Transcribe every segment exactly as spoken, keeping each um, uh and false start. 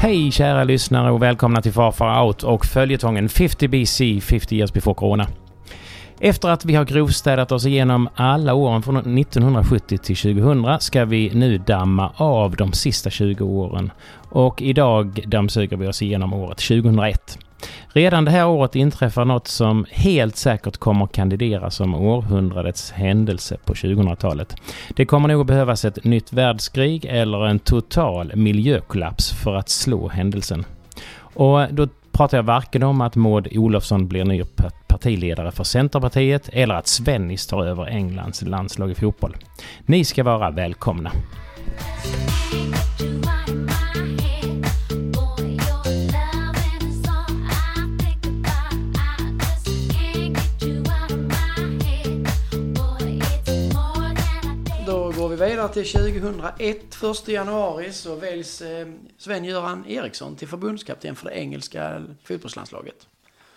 Hej kära lyssnare och välkomna till Far Far Out och följetongen femtio B C, femtio years before corona. Efter att vi har grovstädat oss igenom alla åren från nittonhundrasjuttio till tjugohundra ska vi nu damma av de sista tjugo åren. Och idag dammsuger vi oss igenom året tjugohundraett. Redan det här året inträffar något som helt säkert kommer kandidera som århundradets händelse på tjugohundratalet. Det kommer nog att behövas ett nytt världskrig eller en total miljökollaps för att slå händelsen. Och då pratar jag varken om att Maud Olofsson blir ny partiledare för Centerpartiet eller att Svennis tar över Englands landslag i fotboll. Ni ska vara välkomna. Vidare till tjugohundraett, första januari, så väljs eh, Sven-Göran Eriksson till förbundskapten för det engelska fotbollslandslaget.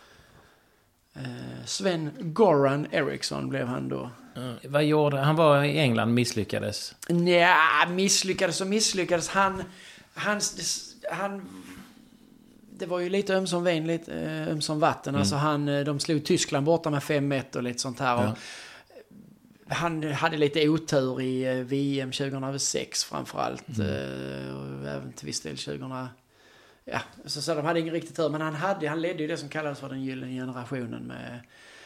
Eh, Sven-Göran Eriksson blev han då. Mm, vad gjorde han? Var i England, misslyckades? Nja, misslyckades och misslyckades. Han, han, han, det var ju lite ömsom vin, lite eh, ömsom vatten. Mm. Alltså han, de slog Tyskland borta med fem ett och lite sånt här. Ja. Och, han hade lite otur i V M tjugohundrasex framförallt. Mm. Och även till viss del tjugohundra. Ja, så, så de hade ingen riktigt tur. Men han, hade, han ledde ju det som kallades för den gyllene generationen med,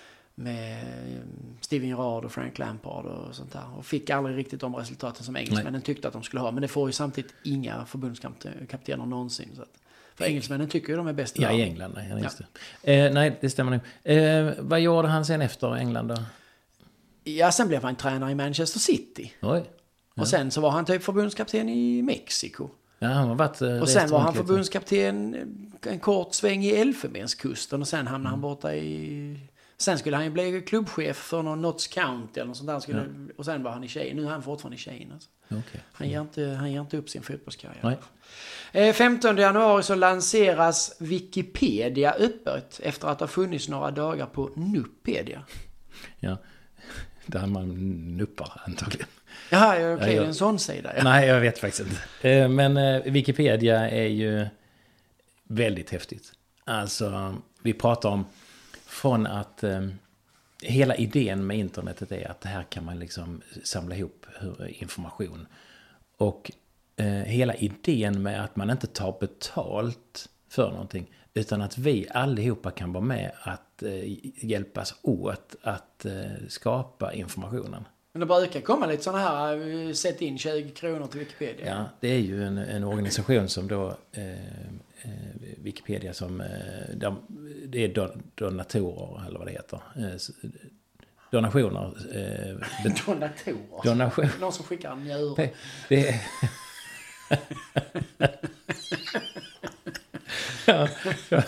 med Steven Gerrard och Frank Lampard och sånt där. Och fick aldrig riktigt de resultaten som engelsmännen tyckte att de skulle ha. Men det får ju samtidigt inga förbundskaptener någonsin. Så att, för engelsmännen tycker ju de är bäst. Ja, i England. Nej, just ja. det. Eh, nej, det stämmer nog. Eh, vad gjorde han sen efter England då? Ja, sen blev han tränare i Manchester City. Oj. Ja. Och sen så var han typ förbundskapten i Mexiko. Ja, han har varit, och sen var han förbundskapten en kort sväng i Elfenbenskusten. Och sen hamnade mm. han borta i... Sen skulle han ju bli klubbchef för någon Notts County eller något sånt där. Skulle... Ja. Och sen var han i Tjejen. Nu är han fortfarande i Tjejen. Alltså. Okay. Han, ger inte, han ger inte upp sin fotbollskarriär. Eh, femtonde januari så lanseras Wikipedia öppet efter att ha funnits några dagar på Nupedia. Ja. Där man nuppar antagligen. Jaha, okej, okay, ja, en sån sida. Ja. Nej, jag vet faktiskt inte. Men Wikipedia är ju väldigt häftigt. Alltså, vi pratar om från att eh, hela idén med internetet är att det här kan man liksom samla ihop information. Och eh, hela idén med att man inte tar betalt för någonting, utan att vi allihopa kan vara med att eh, hjälpas åt att eh, skapa informationen. Men det brukar komma lite sådana här, sätt in tjugo kronor till Wikipedia. Ja, det är ju en, en organisation som då, eh, eh, Wikipedia som, eh, de, det är don, donatorer eller vad det heter. Eh, donationer. Eh, donatorer? Donation. Någon som skickar en njure. Det är... Ja, ja.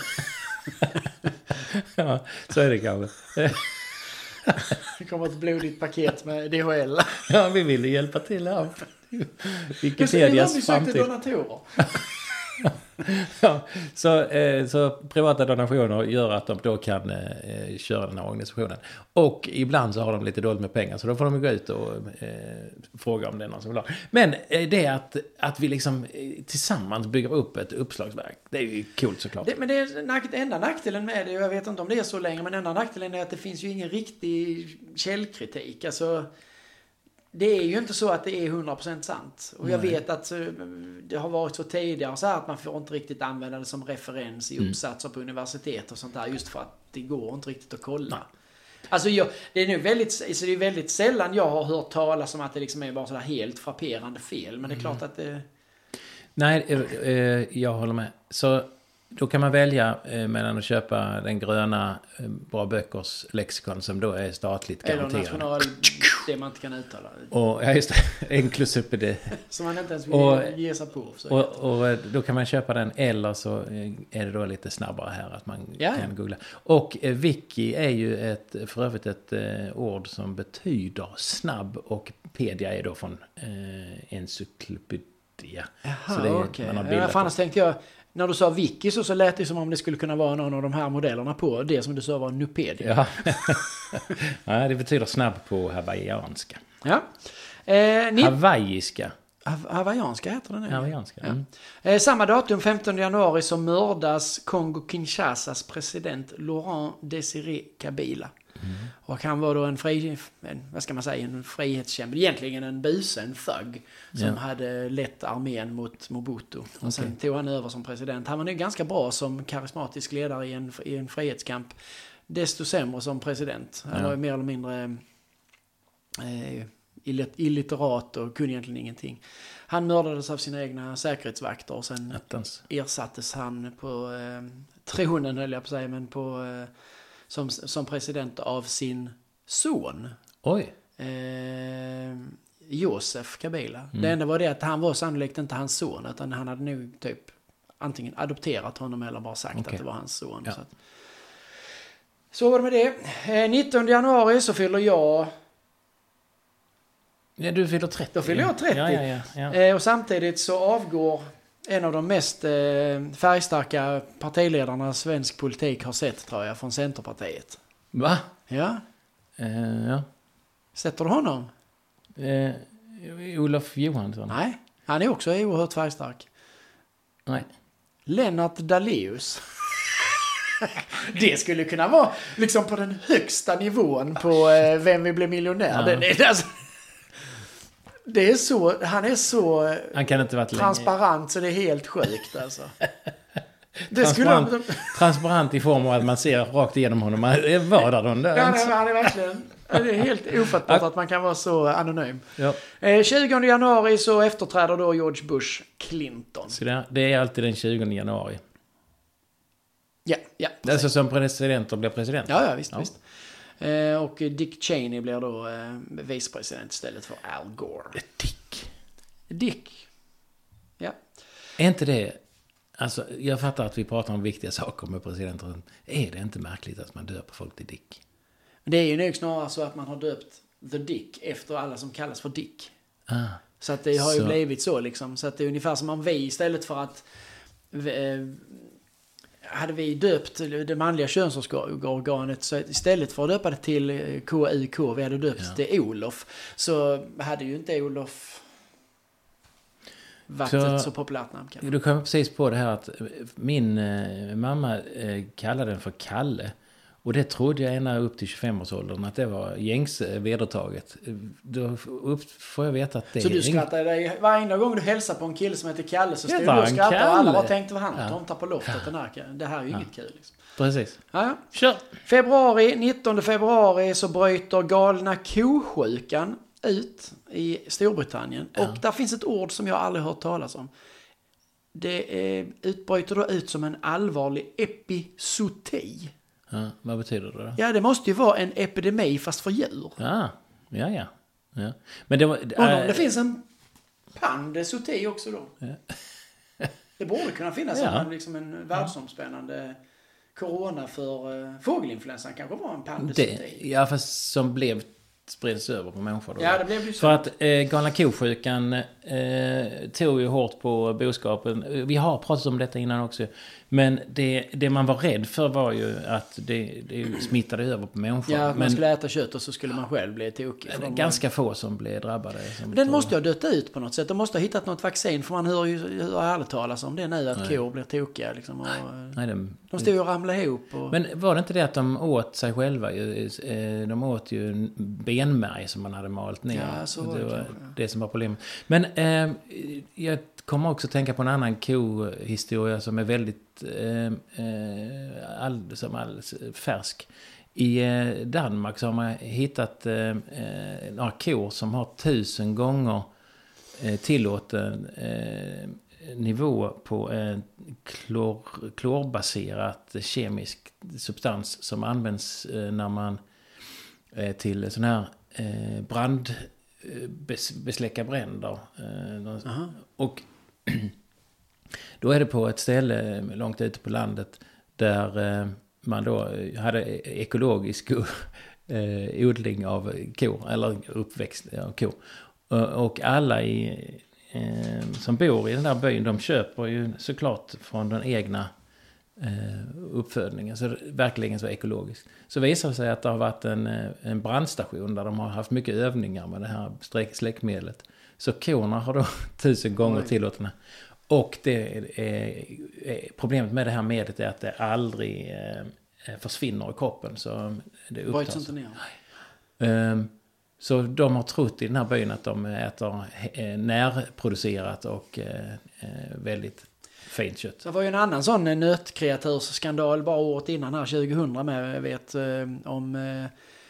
Ja, så är det kanske. Det kommer ett blodigt paket med D H L. Ja, vi ville hjälpa till här. Wikipedias framtid. Donatorer. Ja, så, eh, så privata donationer gör att de då kan eh, köra den här organisationen. Och ibland så har de lite dåligt med pengar, så då får de gå ut och eh, fråga om det är någon som vill ha. Men eh, det är att, att vi liksom eh, tillsammans bygger upp ett uppslagsverk. Det är ju coolt såklart. Det, men det är nack, enda nackdelen med det, jag vet inte om det är så länge, men enda nackdelen är att det finns ju ingen riktig källkritik. Alltså... Det är ju inte så att det är hundra procent sant. Och jag Nej. vet att det har varit så tidigare så här att man får inte riktigt använda det som referens i uppsatser mm. på universitet och sånt där, just för att det går inte riktigt att kolla. Nej. Alltså jag, det är nu väldigt, så det är väldigt sällan jag har hört talas om att det liksom är bara så där helt frapperande fel. Men det är klart att det... Nej, eh, jag håller med. Så då kan man välja eh, mellan att köpa den gröna eh, bra böckers lexikon som då är statligt garanterad. Eller national, det man inte kan uttala. Och, ja, just det. Inklusive det. Som man inte ens vill och, ge sig på. Så och, och då kan man köpa den, eller så är det då lite snabbare här att man ja. kan googla. Och eh, wiki är ju ett, för övrigt ett eh, ord som betyder snabb, och pedia är då från eh, encyklopedia. Jaha, så det är, okay. man har bildat. Ja, annars tänkte jag, när du sa wiki så, så lät det som om det skulle kunna vara någon av de här modellerna på det som du sa var Nupedia. Ja, ja det betyder snabb på hawaiianska. Ja. Eh, ni... Hawaiiska. Hav- Hawaiianska heter det nu. Hawaiianska. Mm. Ja. Eh, samma datum, femtonde januari, så mördas Kongo-Kinshasas president Laurent Désiré Kabila. Mm. Och han var då en fri, en, vad ska man säga, en frihetskämpe, egentligen en buse, en thug, som Ja. hade lett armén mot Mobutu. Och Okay. sen tog han över som president. Han var nog ganska bra som karismatisk ledare i en, i en frihetskamp. Desto sämre som president. Han Ja. var ju mer eller mindre eh, illiterat och kunde egentligen ingenting. Han mördades av sina egna säkerhetsvakter och sen Attans. ersattes han på eh, tronen, höll jag på att säga, men på, eh, som, som president av sin son. Oj. Eh, Josef Kabila. Mm. Det enda var det att han var sannolikt inte hans son, utan han hade nog typ antingen adopterat honom eller bara sagt Okay. att det var hans son. Ja. Så, att, så var det med det. Eh, nittonde januari så fyller jag... Ja, du fyller trettio. Då fyller jag trettio. Ja, ja, ja, ja. Eh, och samtidigt så avgår en av de mest eh, färgstarka partiledarna svensk politik har sett, tror jag, från Centerpartiet. Va? Ja, Eh, ja. sätter du honom? Eh, Olof Johansson? Nej, han är också oerhört färgstark. Nej. Lennart Daléus. Det skulle kunna vara liksom på den högsta nivån på eh, Vem vill bli miljonär. Ja. Det, det, alltså, det är så, han är så eh, Han kan inte varit transparent länge. så det är helt sjukt alltså. Det Transparent, skulle transparent i form av att man ser rakt igenom honom. Man var där de där. Ja, nej, han är verkligen... Det är helt ofattbart att man kan vara så anonym. Ja. Eh, tjugonde januari så efterträder då George Bush Clinton. Så det, det är alltid den tjugonde januari. Ja, ja. Det är så som presidenter blir president. Ja, ja, visst, Ja. visst. Eh, och Dick Cheney blir då eh, vicepresident istället för Al Gore. Dick. Dick. Ja. Är inte det... Alltså, jag fattar att vi pratar om viktiga saker med presidenter. Är det inte märkligt att man döper folk till Dick? Det är ju nog snarare så att man har döpt The Dick efter alla som kallas för Dick. Ah, Så att det har ju så. blivit så liksom. Så att det är ungefär som om vi istället för att... Eh, hade vi döpt det manliga könsorganet så istället för att döpa det till K I K, vi hade döpt Ja. det Olof, så hade ju inte Olof varit Så- ett så populärt namn kanske. Du kom precis på det här att min eh, mamma eh, kallade den för Kalle. Och det trodde jag ända upp till tjugofem-årsåldern att det var gängs eh, vedertaget. Då upp, får jag veta att det Så är du ing- skrattade dig, varje gång du hälsar på en kille som heter Kalle så stod Heter du och han skrattade och Kalle? alla bara tänkte vad han Ja. tomtar på loftet den här. Det här är ju inget kul liksom. Precis. Ja, ja. Kör! Februari, nittonde februari så bryter galna kosjukan ut i Storbritannien. Ja. Och där finns ett ord som jag aldrig hört talas om. Det eh, utbryter då ut som en allvarlig episoti. Ja, vad betyder det då? Ja, det måste ju vara en epidemi fast för djur. Ja, ja, ja. ja. Men det var... Undrar om äh, det finns en pandesoti också då. Ja. Det borde kunna finnas Ja. en, liksom en världsomspännande corona för uh, fågelinfluensan kanske var en det, pandesoti. ja, fast som blev spreds över på människor då. Ja, det blev ju så. För att eh, galna kosjukan eh, tog ju hårt på boskapen. Vi har pratat om detta innan också. Men det, det man var rädd för var ju att det, det smittade över på människor. Ja, att man men skulle äta kött och så skulle man själv bli tokig. det För är de- ganska få som blev drabbade. Som Den tog- måste ju ha dött ut på något sätt. De måste ha hittat något vaccin. För man hör ju hör aldrig talas om det nu. Att Nej. kor blir tokiga. Liksom, och, Nej, de, de stod ju och ramlade ihop. Och, Men var det inte det att de åt sig själva? ju, eh, De åt ju benmärg som man hade malt ner. Ja, så var det det var kanske, ja. det som var problemet. Men eh, jag kommer också tänka på en annan kohistoria som är väldigt eh, eh, all, som all, färsk. I eh, Danmark så har man hittat eh, eh, några kor som har tusen gånger eh, tillåten eh, nivå på en klor, klorbaserat kemisk substans som används eh, när man eh, till sån här eh, brand eh, bes, besläcka bränder. Eh, Aha. och då är det på ett ställe långt ute på landet där eh, man då hade ekologisk eh, odling av kor, eller uppväxt av kor. Och alla i, eh, som bor i den där byn, de köper ju såklart från den egna eh, uppfödningen. Så det är verkligen så ekologiskt. Så visar det sig att det har varit en, en brandstation där de har haft mycket övningar med det här sträck- släckmedlet. Så korna har då tusen gånger Oj. tillåtna. Och det är, är, är, problemet med det här medlet är att det aldrig eh, försvinner i kroppen. Så det upptas. Inte ner. Um, så de har trott i den här byn att de äter eh, närproducerat och eh, väldigt fint kött. Så det var ju en annan sån nötkreatursskandal bara året innan här tjugohundra med, jag vet, eh, om eh,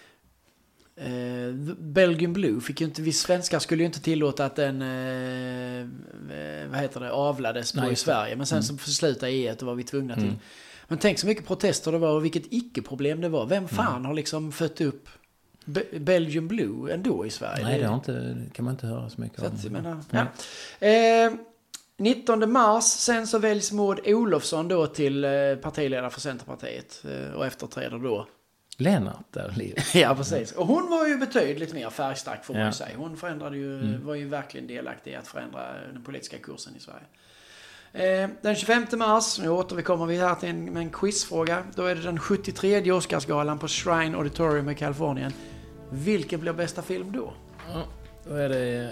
eh, Belgian Blue fick ju inte, vi svenskar skulle ju inte tillåta att den eh, vad heter det, avlades på. Nej, i Sverige, men sen mm. så slutade E att det var vi tvungna till. Mm. Men tänk så mycket protester det var och vilket icke-problem det var. Vem fan mm. har liksom fött upp Be- Belgian Blue ändå i Sverige? Nej, det har inte, kan man inte höra så mycket så om. Att, menar, ja. eh, nittonde mars, sen så väljs Maud Olofsson då till eh, partiledare för Centerpartiet eh, och efterträder då Lennart där livet. Ja, precis. Och hon var ju betydligt mer färgstark får man ja. säga. Hon förändrade ju, mm. var ju verkligen delaktig i att förändra den politiska kursen i Sverige. Eh, den tjugofemte mars, nu återkommer vi här till en, med en quizfråga. Då är det den sjuttiotredje Oscarsgalan på Shrine Auditorium i Kalifornien. Vilken blir bästa film då? Ja, då är det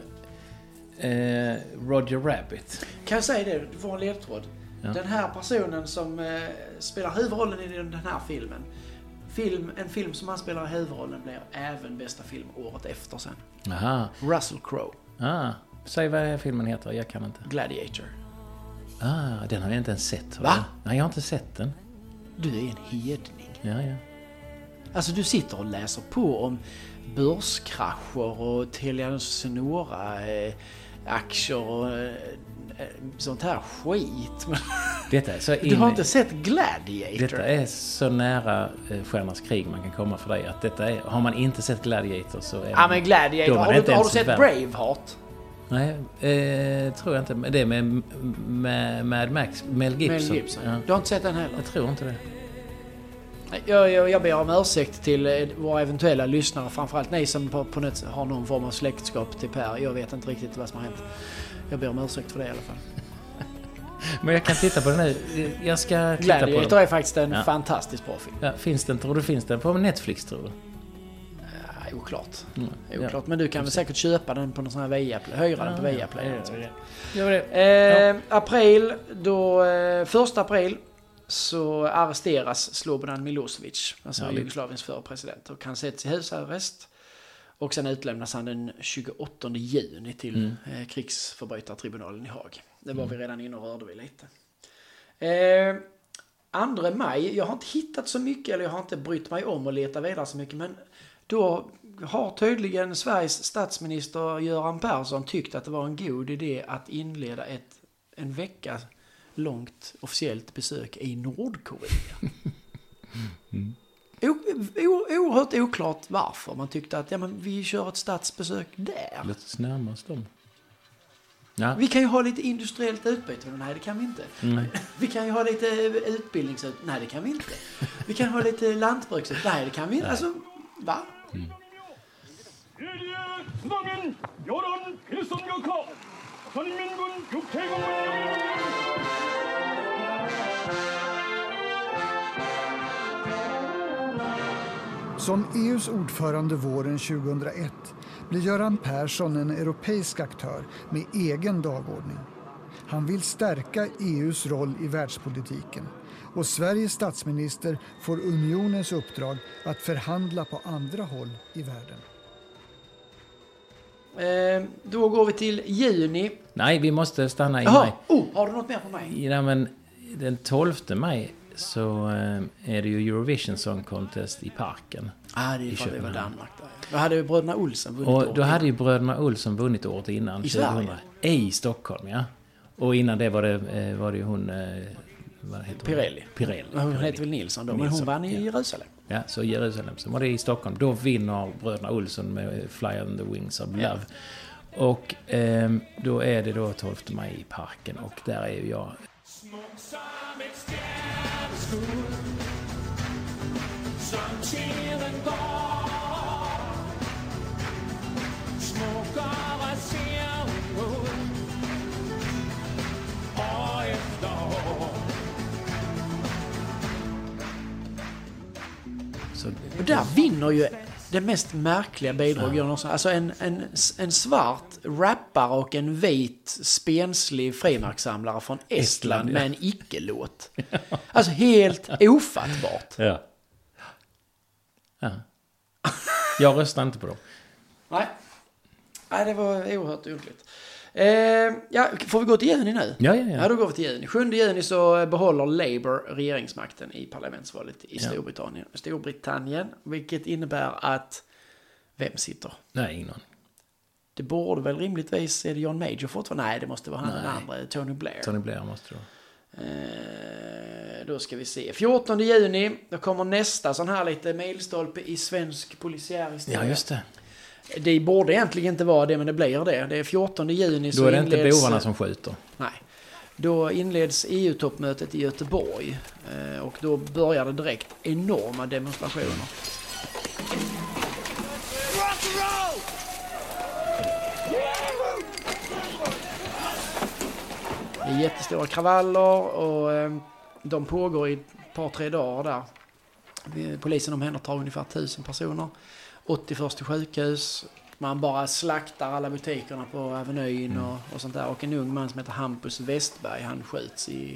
eh, Roger Rabbit. Kan jag säga det? Du får en ledtråd. Ja. Den här personen som eh, spelar huvudrollen i den här filmen. Film, en film som han spelar huvudrollen blir även bästa film året efter sen. Aha. Russell Crowe. Ah, säg vad filmen heter, jag kan inte. Gladiator. Ah, den har jag inte ens sett. Va? Jag? Nej, jag har inte sett den. Du är en hedning. Ja, ja. Alltså du sitter och läser på om börskrascher och Telia Sonora eh, aktier och eh, sånt här skit. Detta är så du har inte sett Gladiator? Detta är så nära eh, Stjärnornas krig man kan komma för dig. Att detta är, har man inte sett Gladiator så är ja, man, men Gladiator. Har du, har du sett värd. Braveheart? Nej, eh, tror jag inte. Det är med, med Mad Max, Mel Gibson. Mel Gibson. Ja. Du har inte sett den heller? Jag tror inte det. Jag, jag, jag ber om ursäkt till våra eventuella lyssnare, framförallt ni som på, på något, har någon form av släktskap till Per. Jag vet inte riktigt vad som har hänt. Jag ber om ursäkt för det i alla fall. Men jag kan titta på den nu. Jag ska titta Gladiator på den. är faktiskt en ja. fantastiskt bra film. Ja, finns den, tror du finns den på Netflix, tror du? Ja, oklart. Mm. oklart. Ja. Men du kan väl säkert köpa den på någon sån här Viaplay. Höra ja, den på Viaplay. Ja, ja, ja. det. Eh, ja. April, då, eh, första april så arresteras Slobodan Milosevic, alltså ja, Jugoslaviens förre president, och han sätts i husarrest och sen utlämnas han den tjugoåttonde juni till mm. eh, krigsförbrytartribunalen i Haag. Det var mm. vi redan inne och rörde vi lite. Eh, andra maj, jag har inte hittat så mycket, eller jag har inte brytt mig om att leta vidare så mycket, men då har tydligen Sveriges statsminister Göran Persson tyckt att det var en god idé att inleda ett, en vecka långt officiellt besök i Nordkorea. mm. o, o, oerhört oklart varför man tyckte att ja, men vi kör ett statsbesök där. Låt oss närmast dem. Ja. Vi kan ju ha lite industriellt utbyte. Nej, det kan vi inte. Mm. Vi kan ju ha lite utbildningsutbyte. Nej, det kan vi inte. Vi kan ha lite lantbruksutbyte. Nej, det kan vi inte. Alltså, va? Mm. Som E U:s ordförande våren tjugohundraett blir Göran Persson en europeisk aktör med egen dagordning. Han vill stärka E U:s roll i världspolitiken och Sveriges statsminister får unionens uppdrag att förhandla på andra håll i världen. Eh, då går vi till juni. Nej, vi måste stanna i Jaha. maj. Oh, har du något mer på mig? Ja, men den tolfte maj så eh, är det ju Eurovision Song Contest i Parken. Ah, det är för det var Danmark där. Då hade ju bröderna Olsen vunnit. Och då hade ju bröderna Olsen vunnit året innan. I Sverige? I Stockholm, ja. Och innan det var det, eh, var det ju hon... Eh, vad heter Pirelli. Hon? Pirelli. Hon Pirelli. heter väl Nilsson då, Nilsson. Men hon vann i Jerusalem. Ja, så Jerusalem. Så var det i Stockholm. Då vinner bröderna Olsen med Fly on the Wings of Love. Ja. Och eh, då är det då tolfte maj i Parken. Och där är ju jag... Och där vinner ju det mest märkliga bidrag jag någonsin. Alltså en, en, en svart rappare och en vit spenslig frimärkssamlare från Estland, Estland ja. med en icke-låt. Alltså helt ofattbart. Ja. Ja. Jag röstar inte på dem. Nej. Nej, det var oerhört olyckligt. Eh, ja, får vi gå till juni nu? Ja, ja, ja. Ja, då går vi till juni. sjunde juni så behåller Labour regeringsmakten i parlamentsvalet i Storbritannien. Ja. Storbritannien, vilket innebär att vem sitter? Nej, ingen aning. Det borde väl rimligtvis, är det John Major fortfarande? Nej, det måste vara han Nej. den andra, Tony Blair. Tony Blair måste det vara. Eh, då ska vi se. fjortonde juni, då kommer nästa sån här lite milstolpe i svensk polisiär historia. Ja, just det. Det borde egentligen inte vara det, men det blir det. Det är fjortonde juni. Då är det inte bovarna som skjuter. Nej. Då inleds E U-toppmötet i Göteborg. Och då börjar det direkt enorma demonstrationer. Det är jättestora kravaller och de pågår i ett par, tre dagar där. Polisen omhändertar ungefär tusen personer. åttio först till sjukhus. Man bara slaktar alla butikerna på Avenyn mm. och, och sånt där. Och en ung man som heter Hampus Westberg, han skjuts i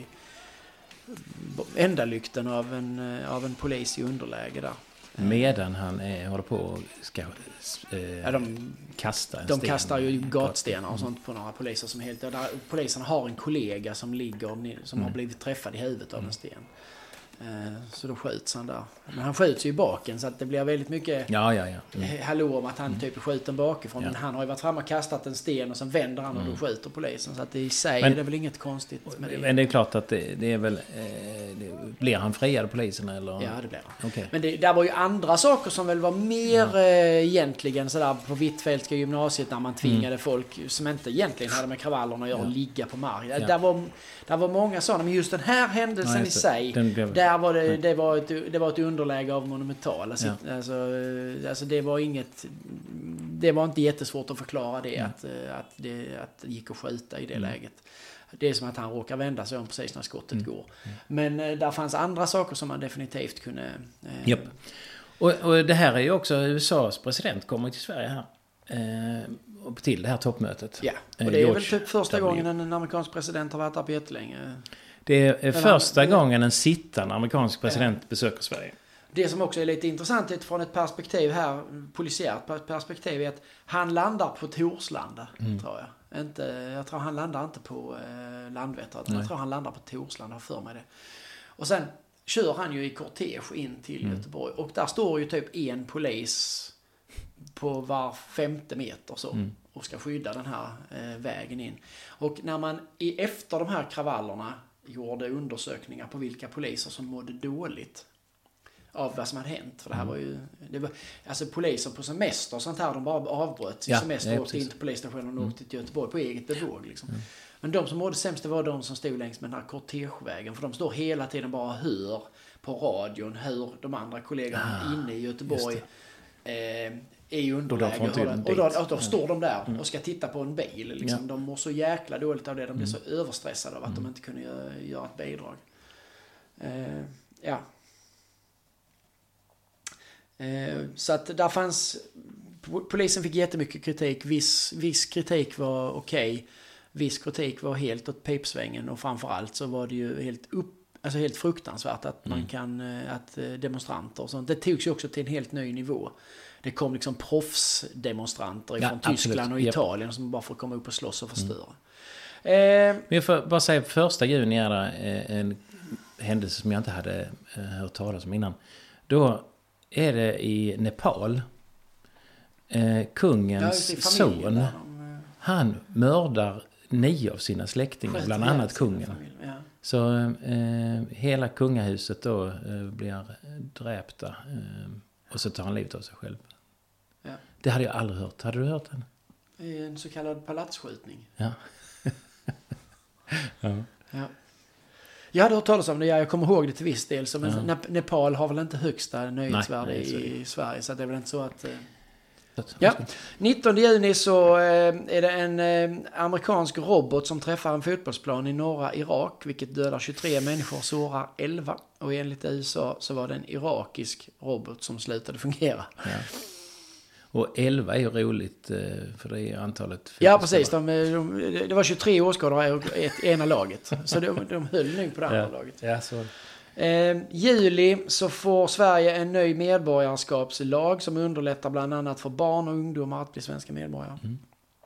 ändalykten av en, av en polis i underläge där. Medan han är, håller på och ska eh, ja, de, kasta en De sten. kastar ju gatstenar och sånt på några poliser som helt... Där, polisen har en kollega som ligger som mm. har blivit träffad i huvudet av en sten. Så då skjuts han där. Men han skjuts ju i baken så att det blir väldigt mycket ja, ja, ja. Mm. hallå om att han typ är skjuten bakifrån. Ja. Men han har ju varit framme och kastat en sten och sen vänder han och mm. då skjuter polisen. Så att det i sig men, är det väl inget konstigt med det. Men det är klart att det, det är väl... Eh, det, blir han friad polisen eller? Ja, det blir han. Okay. Men det, där var ju andra saker som väl var mer ja. eh, egentligen sådär på Hvitfeldtska gymnasiet när man tvingade mm. folk som inte egentligen hade med kravallerna att göra ja. ligga på mark. Ja. Där, var, där var många sådana, men just den här händelsen ja, i sig, blev... där var det, det, var ett, det var ett underläge av monumental. Alltså, ja. alltså, alltså det var inget, det var inte jättesvårt att förklara det, mm. att, att, det att det gick att skjuta i det mm. läget. Det är som att han råkar vända sig om precis när skottet mm. går. Mm. Men eh, där fanns andra saker som man definitivt kunde... Eh, Japp. Och, och det här är ju också U S A:s president kommer till Sverige här. Eh, till det här toppmötet. Ja, och det är George väl typ första w. gången en amerikansk president har varit där på jättelänge. Det är Eller, första det, gången en sittande amerikansk president ja. besöker Sverige. Det som också är lite intressant från ett perspektiv här, polisiärt perspektiv, är att han landar på Torslanda, mm. tror jag. Inte, jag tror han landar inte på eh, Landvetter. Jag Nej. tror han landar på Torslanda, för mig det. Och sen kör han ju i kortege in till mm. Göteborg. Och där står ju typ en polis på var femte meter så. Mm. Och ska skydda den här eh, vägen in. Och när man i, efter de här kravallerna gjorde undersökningar på vilka poliser som mådde dåligt av vad som hade hänt. För det här var ju... Det var, alltså poliser på semester och sånt här, de bara avbröt sin ja, semester och åkte in till polisstationen och mm. åkte till Göteborg på eget bevåg. Liksom. Mm. Men de som mådde sämst, det var de som stod längs med den här kortegevägen. För de står hela tiden bara och hör på radion hur de andra kollegorna ah, inne i Göteborg eh, är i underläge. Och då, och då, och då står de där mm. och ska titta på en bil. Liksom. Ja. De mår så jäkla dåligt av det. De blir mm. så överstressade av att mm. de inte kunde göra, göra ett bidrag. Eh, ja. Så att där fanns, polisen fick jättemycket kritik, viss, viss kritik var okej, okay. Viss kritik var helt åt pipsvängen, och framförallt så var det ju helt upp, alltså helt fruktansvärt att man mm. kan, att demonstranter och sånt, det togs ju också till en helt ny nivå. Det kom liksom proffsdemonstranter ja, från Tyskland och Italien yep. som bara får komma upp och slåss och förstöra. Mm. Eh, Men jag får bara säga, första juni är det en händelse som jag inte hade hört talas om innan. Då är det i Nepal, eh, kungens ja, son, där, de, han mördar nio av sina släktingar, bland annat kungen. Ja. Så eh, hela kungahuset då eh, blir dräpta eh, och så tar han livet av sig själv. Ja. Det hade jag aldrig hört. Hade du hört den? En så kallad palatsskjutning. Ja. ja. Ja. Jag hade hört talas om det, jag kommer ihåg det till viss del. Så, men ja. Nepal har väl inte högsta nöjesvärde nej, nej, i Sverige, så det är väl inte så att... Eh... Ja. nittonde juni så eh, är det en eh, amerikansk robot som träffar en fotbollsplan i norra Irak, vilket dödar tjugotre människor, sårar elva. Och enligt U S A så var det en irakisk robot som slutade fungera. Ja. Och elva är ju roligt för det är antalet. Ja, precis. De, de, det var tjugotre åskådare i ett, ena laget. Så de, de höll nog på det andra ja. laget. Ja, så. Eh, juli så får Sverige en ny medborgarskapslag som underlättar bland annat för barn och ungdomar att bli svenska medborgare. Mm.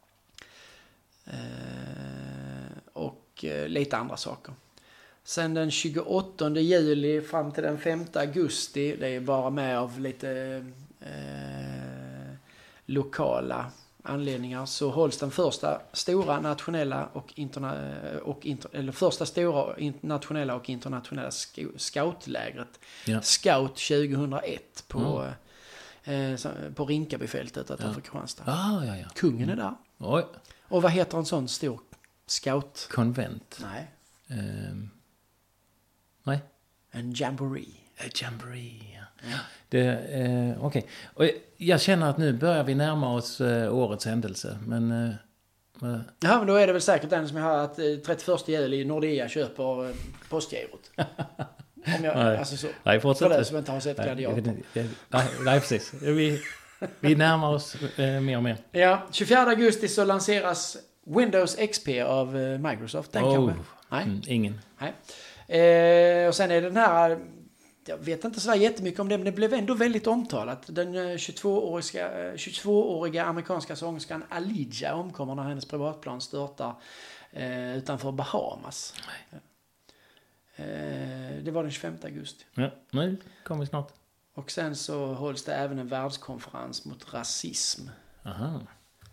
Eh, och eh, lite andra saker. Sen den tjugoåttonde juli fram till den femte augusti, det är bara med av lite eh, lokala anledningar, så hålls den första stora nationella och, interna och inter eller första stora nationella och internationella scoutlägret. Ja. Scout tjugohundraett på, mm. eh, på Rinkabyfältet utanför ja. Kristianstad. Ah, ja, ja. Kungen är där. Oj. Och vad heter en sån stor scout? Konvent. Nej. Um, nej. En jamboree. En jamboree, ja. ja. Det, eh, okej. Okay. Och jag känner att nu börjar vi närma oss eh, årets händelse. Men, eh, men... Ja, men då är det väl säkert den som jag har att eh, trettioförsta juli Nordea köper eh, postgirot. Om jag, nej. Alltså så. Nej, fortsätt. För det som inte har sett Gladiator. Nej, nej, nej, precis. Vi, vi närmar oss eh, mer och mer. Ja, tjugofjärde augusti så lanseras Windows X P av eh, Microsoft. Den oh. kanske? Nej. Mm, ingen. Nej. Eh, och sen är det den här... Jag vet inte så jättemycket om det, men det blev ändå väldigt omtalat. Den tjugotvååriga, tjugotvååriga amerikanska sångerskan Alija omkommer när hennes privatplan störtar eh, utanför Bahamas. Eh, det var den tjugofemte augusti. Ja, nu kommer vi snart. Och sen så hålls det även en världskonferens mot rasism. Aha.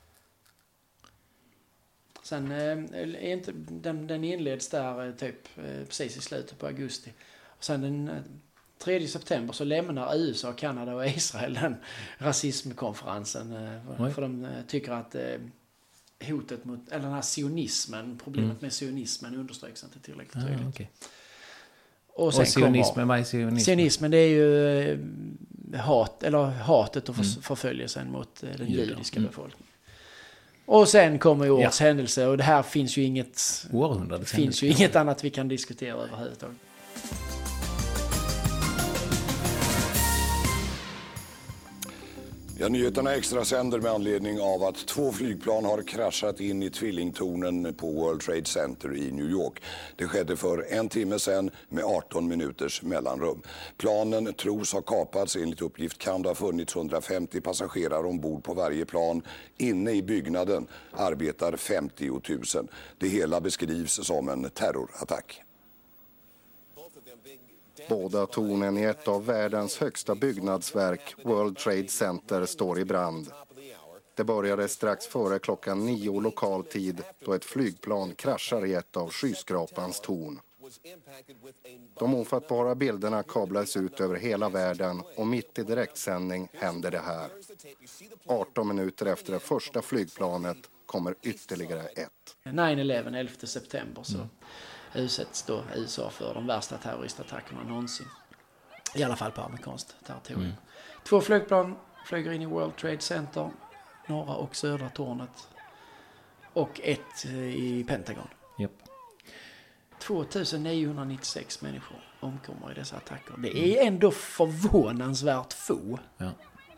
Sen eh, är inte, den, den inleds där typ eh, precis i slutet på augusti. Och sen den... tredje september så lämnar U S A, Kanada och Israel den rasismkonferensen. För, för de tycker att eh, hotet mot, eller den här sionismen, problemet mm. med sionismen understryks inte tillräckligt tydligt. Ah, okay. Och, sen och sionismen, vad är sionismen? Sionismen, det är ju eh, hat, eller hatet och för, mm. förföljelsen mot eh, den Juda. judiska mm. befolkningen. Och sen kommer ju årets ja. händelse, och det här finns ju inget århundrade finns händelse. ju inget annat vi kan diskutera överhuvudtaget. Ja, nyheterna extra sänder med anledning av att två flygplan har kraschat in i tvillingtornen på World Trade Center i New York. Det skedde för en timme sedan med arton minuters mellanrum. Planen tros ha kapats. Enligt uppgift kan det ha funnits hundrafemtio passagerare ombord på varje plan. Inne i byggnaden arbetar femtio tusen. Det hela beskrivs som en terrorattack. Båda tornen i ett av världens högsta byggnadsverk, World Trade Center, står i brand. Det började strax före klockan nio lokal tid då ett flygplan kraschar i ett av skyskrapans torn. De ofattbara bilderna kablas ut över hela världen och mitt i direktsändning händer det här. arton minuter efter det första flygplanet kommer ytterligare ett. nio elva, elfte september så. Mm. utsätts då U S A för de värsta terroristattackerna någonsin. I alla fall på amerikanskt territorium. Mm. Två flygplan flyger in i World Trade Center, norra och södra tornet. Och ett i Pentagon. Yep. tjugoniohundranittiosex människor omkommer i dessa attacker. Det är ändå förvånansvärt få. Ja.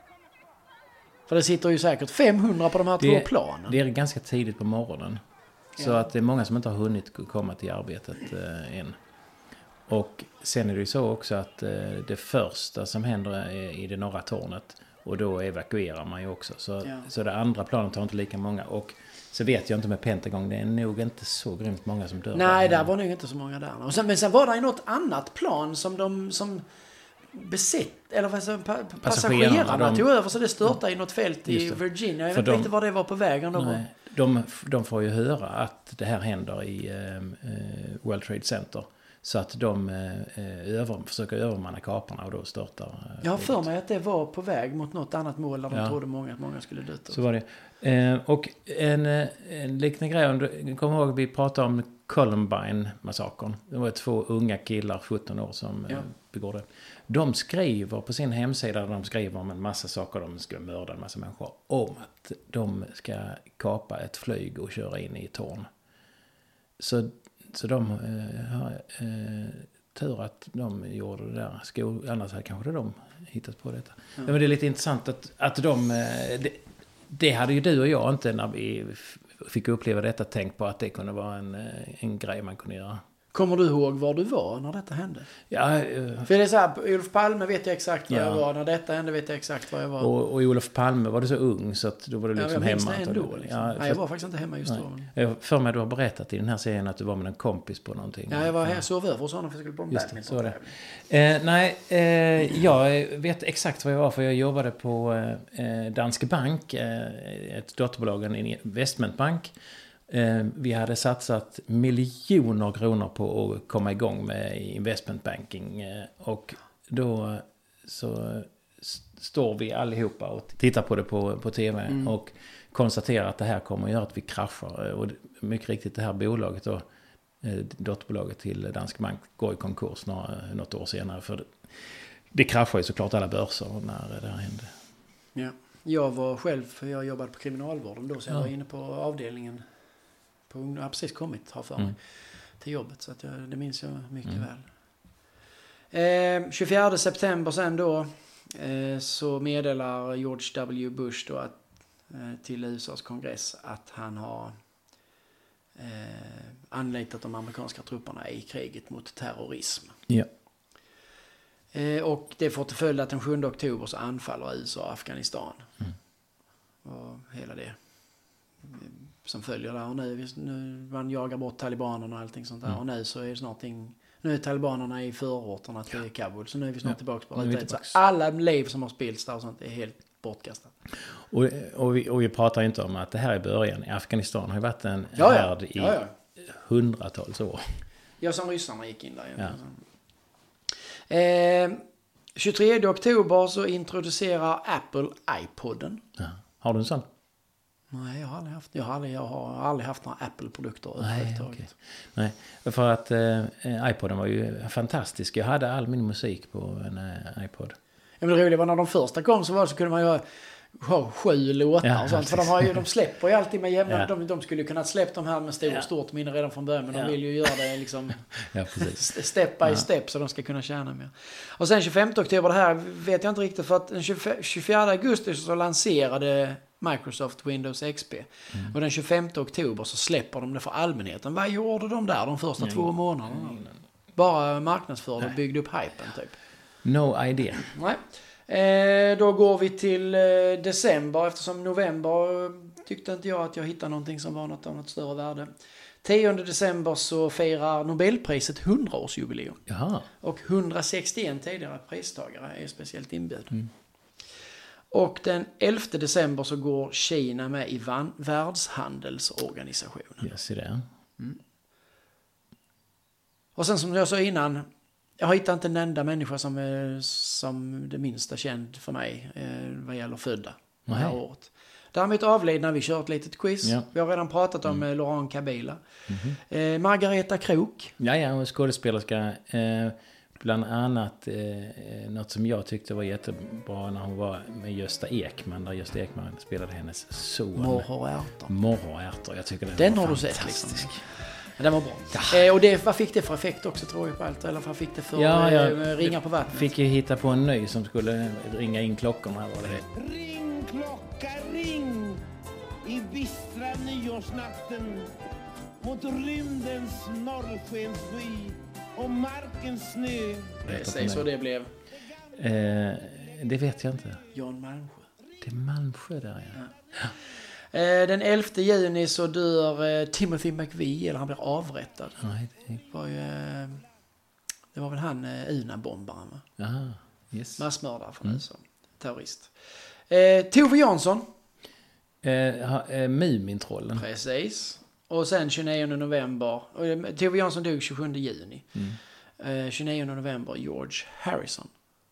För det sitter ju säkert femhundra på de här det, två planen. Det är ganska tidigt på morgonen. Så ja. Att det är många som inte har hunnit komma till arbetet eh, än. Och sen är det ju så också att eh, det första som händer är i det norra tornet. Och då evakuerar man ju också. Så, ja. så det andra planet har inte lika många. Och så vet jag inte med Pentagon, det är nog inte så grymt många som dör. Nej, där var nog inte så många där. Och sen, men sen var det ju något annat plan som de... Som besett, eller vad säger, pa, passagerarna, passagerarna de, tog över, så det störtade i något fält i Virginia. Jag vet de, inte vad det var på vägen. De, nej, de, de får ju höra att det här händer i eh, World Trade Center. Så att de eh, över, försöker övermanna kaparna och då störtar. Eh, jag har för mig att det var på väg mot något annat mål där de ja. trodde många, att många skulle dö. Så var det. Eh, och en, en liknande grej, jag kommer ihåg vi pratade om Columbine-massakern. Det var två unga killar, sjutton år, som ja. begår det. De skriver på sin hemsida, de skriver om en massa saker, de ska mörda en massa människor, om att de ska kapa ett flyg och köra in i torn. Så, så de eh, har eh, tur att de gjorde det där. Sko, annars hade kanske de hittat på detta. Ja. Men det är lite intressant att, att de... Det, det hade ju du och jag inte när vi fick uppleva detta tänkt på att det kunde vara en, en grej man kunde göra. Kommer du ihåg var du var när detta hände? Ja, uh, för det är så här, Olof Palme vet jag exakt var ja. jag var. När detta hände vet jag exakt var jag var. Och, och Olof Palme var du så ung så att då var du liksom ja, jag hemma. Det ändå, liksom. ja, nej, jag var faktiskt inte hemma just nej. då. Jag för mig du har berättat i den här serien att du var med en kompis på någonting. Ja, jag var här ja. sov över hos honom för att jag skulle på en badminton. Så det. Eh, nej, eh, jag vet exakt vad jag var för jag jobbade på eh, Danske Bank, eh, ett dotterbolag, en investmentbank. Vi hade satsat miljoner kronor på att komma igång med investmentbanking och då så står vi allihopa och tittar på det på, på tv mm. och konstaterar att det här kommer att göra att vi kraschar och mycket riktigt det här bolaget då, dotterbolaget till Danske Bank går i konkurs några, något år senare för det, det kraschar ju såklart alla börser när det här hände. Ja, jag var själv, för jag jobbade på kriminalvården då så jag ja. var inne på avdelningen på, jag har precis kommit har för mig mm. till jobbet så att jag, det minns jag mycket mm. väl. Eh, tjugofjärde september sen då eh, så meddelar George W. Bush då att, eh, till U S A:s kongress att han har eh, anlitat de amerikanska trupperna i kriget mot terrorism. Ja. Eh, och det får till följd att den sjunde oktober så anfaller U S A Afghanistan. Mm. Och hela det som följer där och nu, nu man jagar bort talibanerna och allting sånt där mm. och nu så är det snart ing, nu är talibanerna i förorterna till ja. Kabul så nu är vi snart ja. tillbaka på rätt. Så alla liv som har spillts där och sånt är helt bortkastat. Och, och, vi, och vi pratar inte om att det här är början. I Afghanistan har ju varit en ja, härd ja. i ja, ja. hundratals år. Ja, som ryssarna gick in där. Ja. Eh, tjugotredje oktober så introducerar Apple iPoden. Ja. Har du en sån? Nej, jag har aldrig haft, jag har aldrig, jag har aldrig haft några Apple-produkter överhuvudtaget. Okay. Nej, för att eh, iPoden var ju fantastisk. Jag hade all min musik på en eh, iPod. Ja, men det roliga var när de första kom så var så kunde man ju ha sju låtar ja, och sånt. För de, har ju, de släpper ju alltid med jämna. Ja. De, de skulle ju kunna släppa de här med stor, ja. stort minne redan från början. Men ja. de vill ju göra det liksom ja, step by ja. step så de ska kunna tjäna mer. Och sen tjugofemte oktober, det här vet jag inte riktigt för att den tjugofjärde augusti så lanserade Microsoft Windows X P. Mm. Och den tjugofemte oktober så släpper de det för allmänheten. Vad gjorde de där de första mm. två månaderna? Mm. Bara marknadsförde och byggde upp hypen typ. No idea. Nej. Eh, då går vi till eh, december eftersom november eh, tyckte inte jag att jag hittade någonting som var något av något större värde. tionde december så firar Nobelpriset hundraårsjubileum. Jaha. Och hundrasextioen tidigare pristagare är speciellt inbjuden. Mm. Och den elfte december så går Kina med i van- världshandelsorganisationen. Jag ser det. Mm. Och sen som jag sa innan, jag har hittat inte en enda människa som är som det minsta känd för mig eh, vad gäller födda det här året. Däremot avlidna vi kört ett litet quiz. Ja. Vi har redan pratat om mm. Laurent Kabila. Mm-hmm. Eh, Margareta Krook. Ja, ja, hon är skådespelerska. Eh, bland annat eh, något som jag tyckte var jättebra när hon var med Gösta Ekman. Där Gösta Ekman spelade hennes son. Morr och ärtor. Morr och ärtor. Jag tycker den, den var har fantastisk. Du sett liksom. Den var bra. Ja. Eh, och det, vad fick det för effekt också tror jag på allt? Eller vad fick det för ja, ja, eh, ringar på vattnet? Fick ju hitta på en ny som skulle ringa in klockorna. Var det. Ring klocka, ring i bistra nyårsnatten mot rymdens norrskensby och markens snö. Säg så det blev. Eh, det vet jag inte. Jan Malmsjö. Det är Malmsjö där, ja. ja. Den elfte juni så dör Timothy McVeigh, eller han blir avrättad. Nej, det... Var ju, det var väl han Una-bombaren, va? Aha, yes. Massmördare från U S A. Mm. Terrorist. Eh, Tove Jansson. Eh, eh, Mumintrollen. Precis. Och sen tjugonionde november. Och, Tove Jansson dog tjugosjunde juni. Mm. Eh, tjugonionde november George Harrison.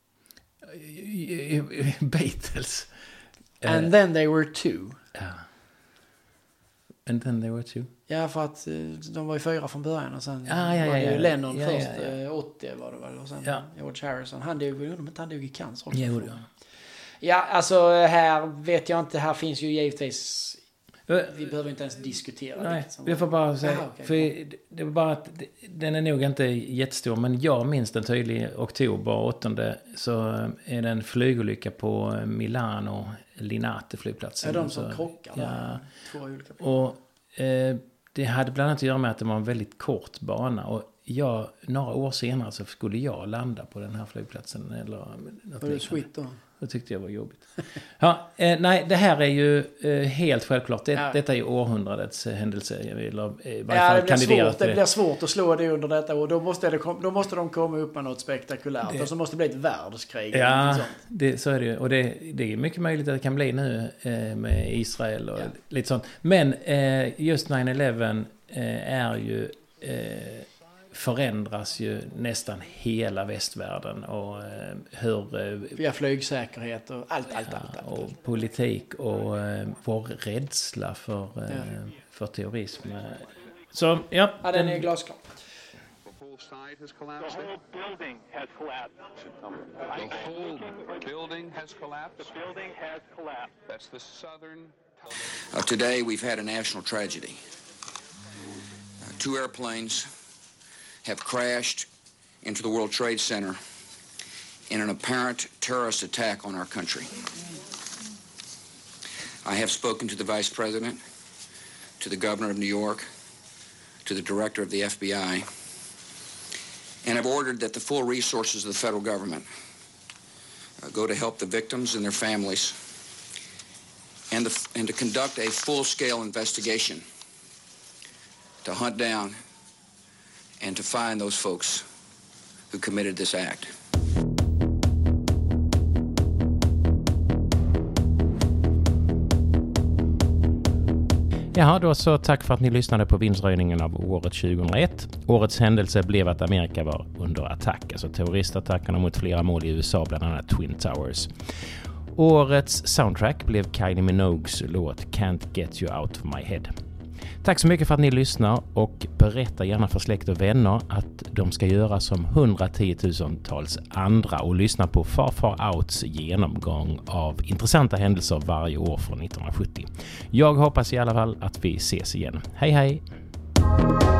Beatles. And uh, then they were two. Ja. And then they were two. Ja, för att de var ju fyra från början och sen ah, ja, var det ja, ju ja. Lennon ja, först, ja, ja. åttio var det väl, och sen ja. George Harrison. Han dog ju, han dog i cancer. Ja, ja. Ja, alltså här vet jag inte, här finns ju givetvis Vi behöver inte ens diskutera Nej, det. vi får bara säga, Aha, okay. för det var bara att den är nog inte jättestor, men jag minns den tydlig. Oktober åttonde så är det en flygolycka på Milano Linate flygplatsen. Är de som så, krockar? Ja. Två olika. Och eh, det hade bland annat att göra med att det var en väldigt kort bana, och jag, några år senare så skulle jag landa på den här flygplatsen eller något var det skit då? Det tyckte jag var jobbigt. Ja, eh, nej, det här är ju eh, helt självklart. Det, ja. Detta är ju århundradets eh, händelse. Eller, eh, i ja, varje fall det, blir svårt, det det. blir svårt att slå det under detta. Och då måste, det kom, då måste de komma upp med något spektakulärt. Det, och så måste det bli ett världskrig. Ja, det, så är det ju. Och det, det är mycket möjligt att det kan bli nu eh, med Israel och ja. lite sånt. Men eh, just nine eleven eh, är ju... Eh, förändras ju nästan hela västvärlden och eh, hur... Eh, via flygsäkerhet och allt, allt, ja, allt, allt. Och politik och eh, vår rädsla för, eh, ja. för terrorism. Så, ja. Ja, den är glasklar. The whole building has collapsed. The whole building has collapsed? The building has collapsed. That's the southern... Uh, today we've had a national tragedy. Uh, two airplanes have crashed into the World Trade Center in an apparent terrorist attack on our country. I have spoken to the Vice President, to the Governor of New York, to the Director of the F B I, and have ordered that the full resources of the federal government uh, go to help the victims and their families and, the, and to conduct a full-scale investigation to hunt down and to find those folks who committed this act. Jaha, då så tack för att ni lyssnade på vinströjningen av året tjugohundraett. Årets händelse blev att Amerika var under attack, alltså terroristattackerna mot flera mål i U S A, bland annat Twin Towers. Årets soundtrack blev Kylie Minogues låt Can't Get You Out of My Head. Tack så mycket för att ni lyssnar, och berätta gärna för släkt och vänner att de ska göra som hundratiotusentals andra och lyssna på Far Far Outs genomgång av intressanta händelser varje år från nittonhundrasjuttio. Jag hoppas i alla fall att vi ses igen. Hej hej!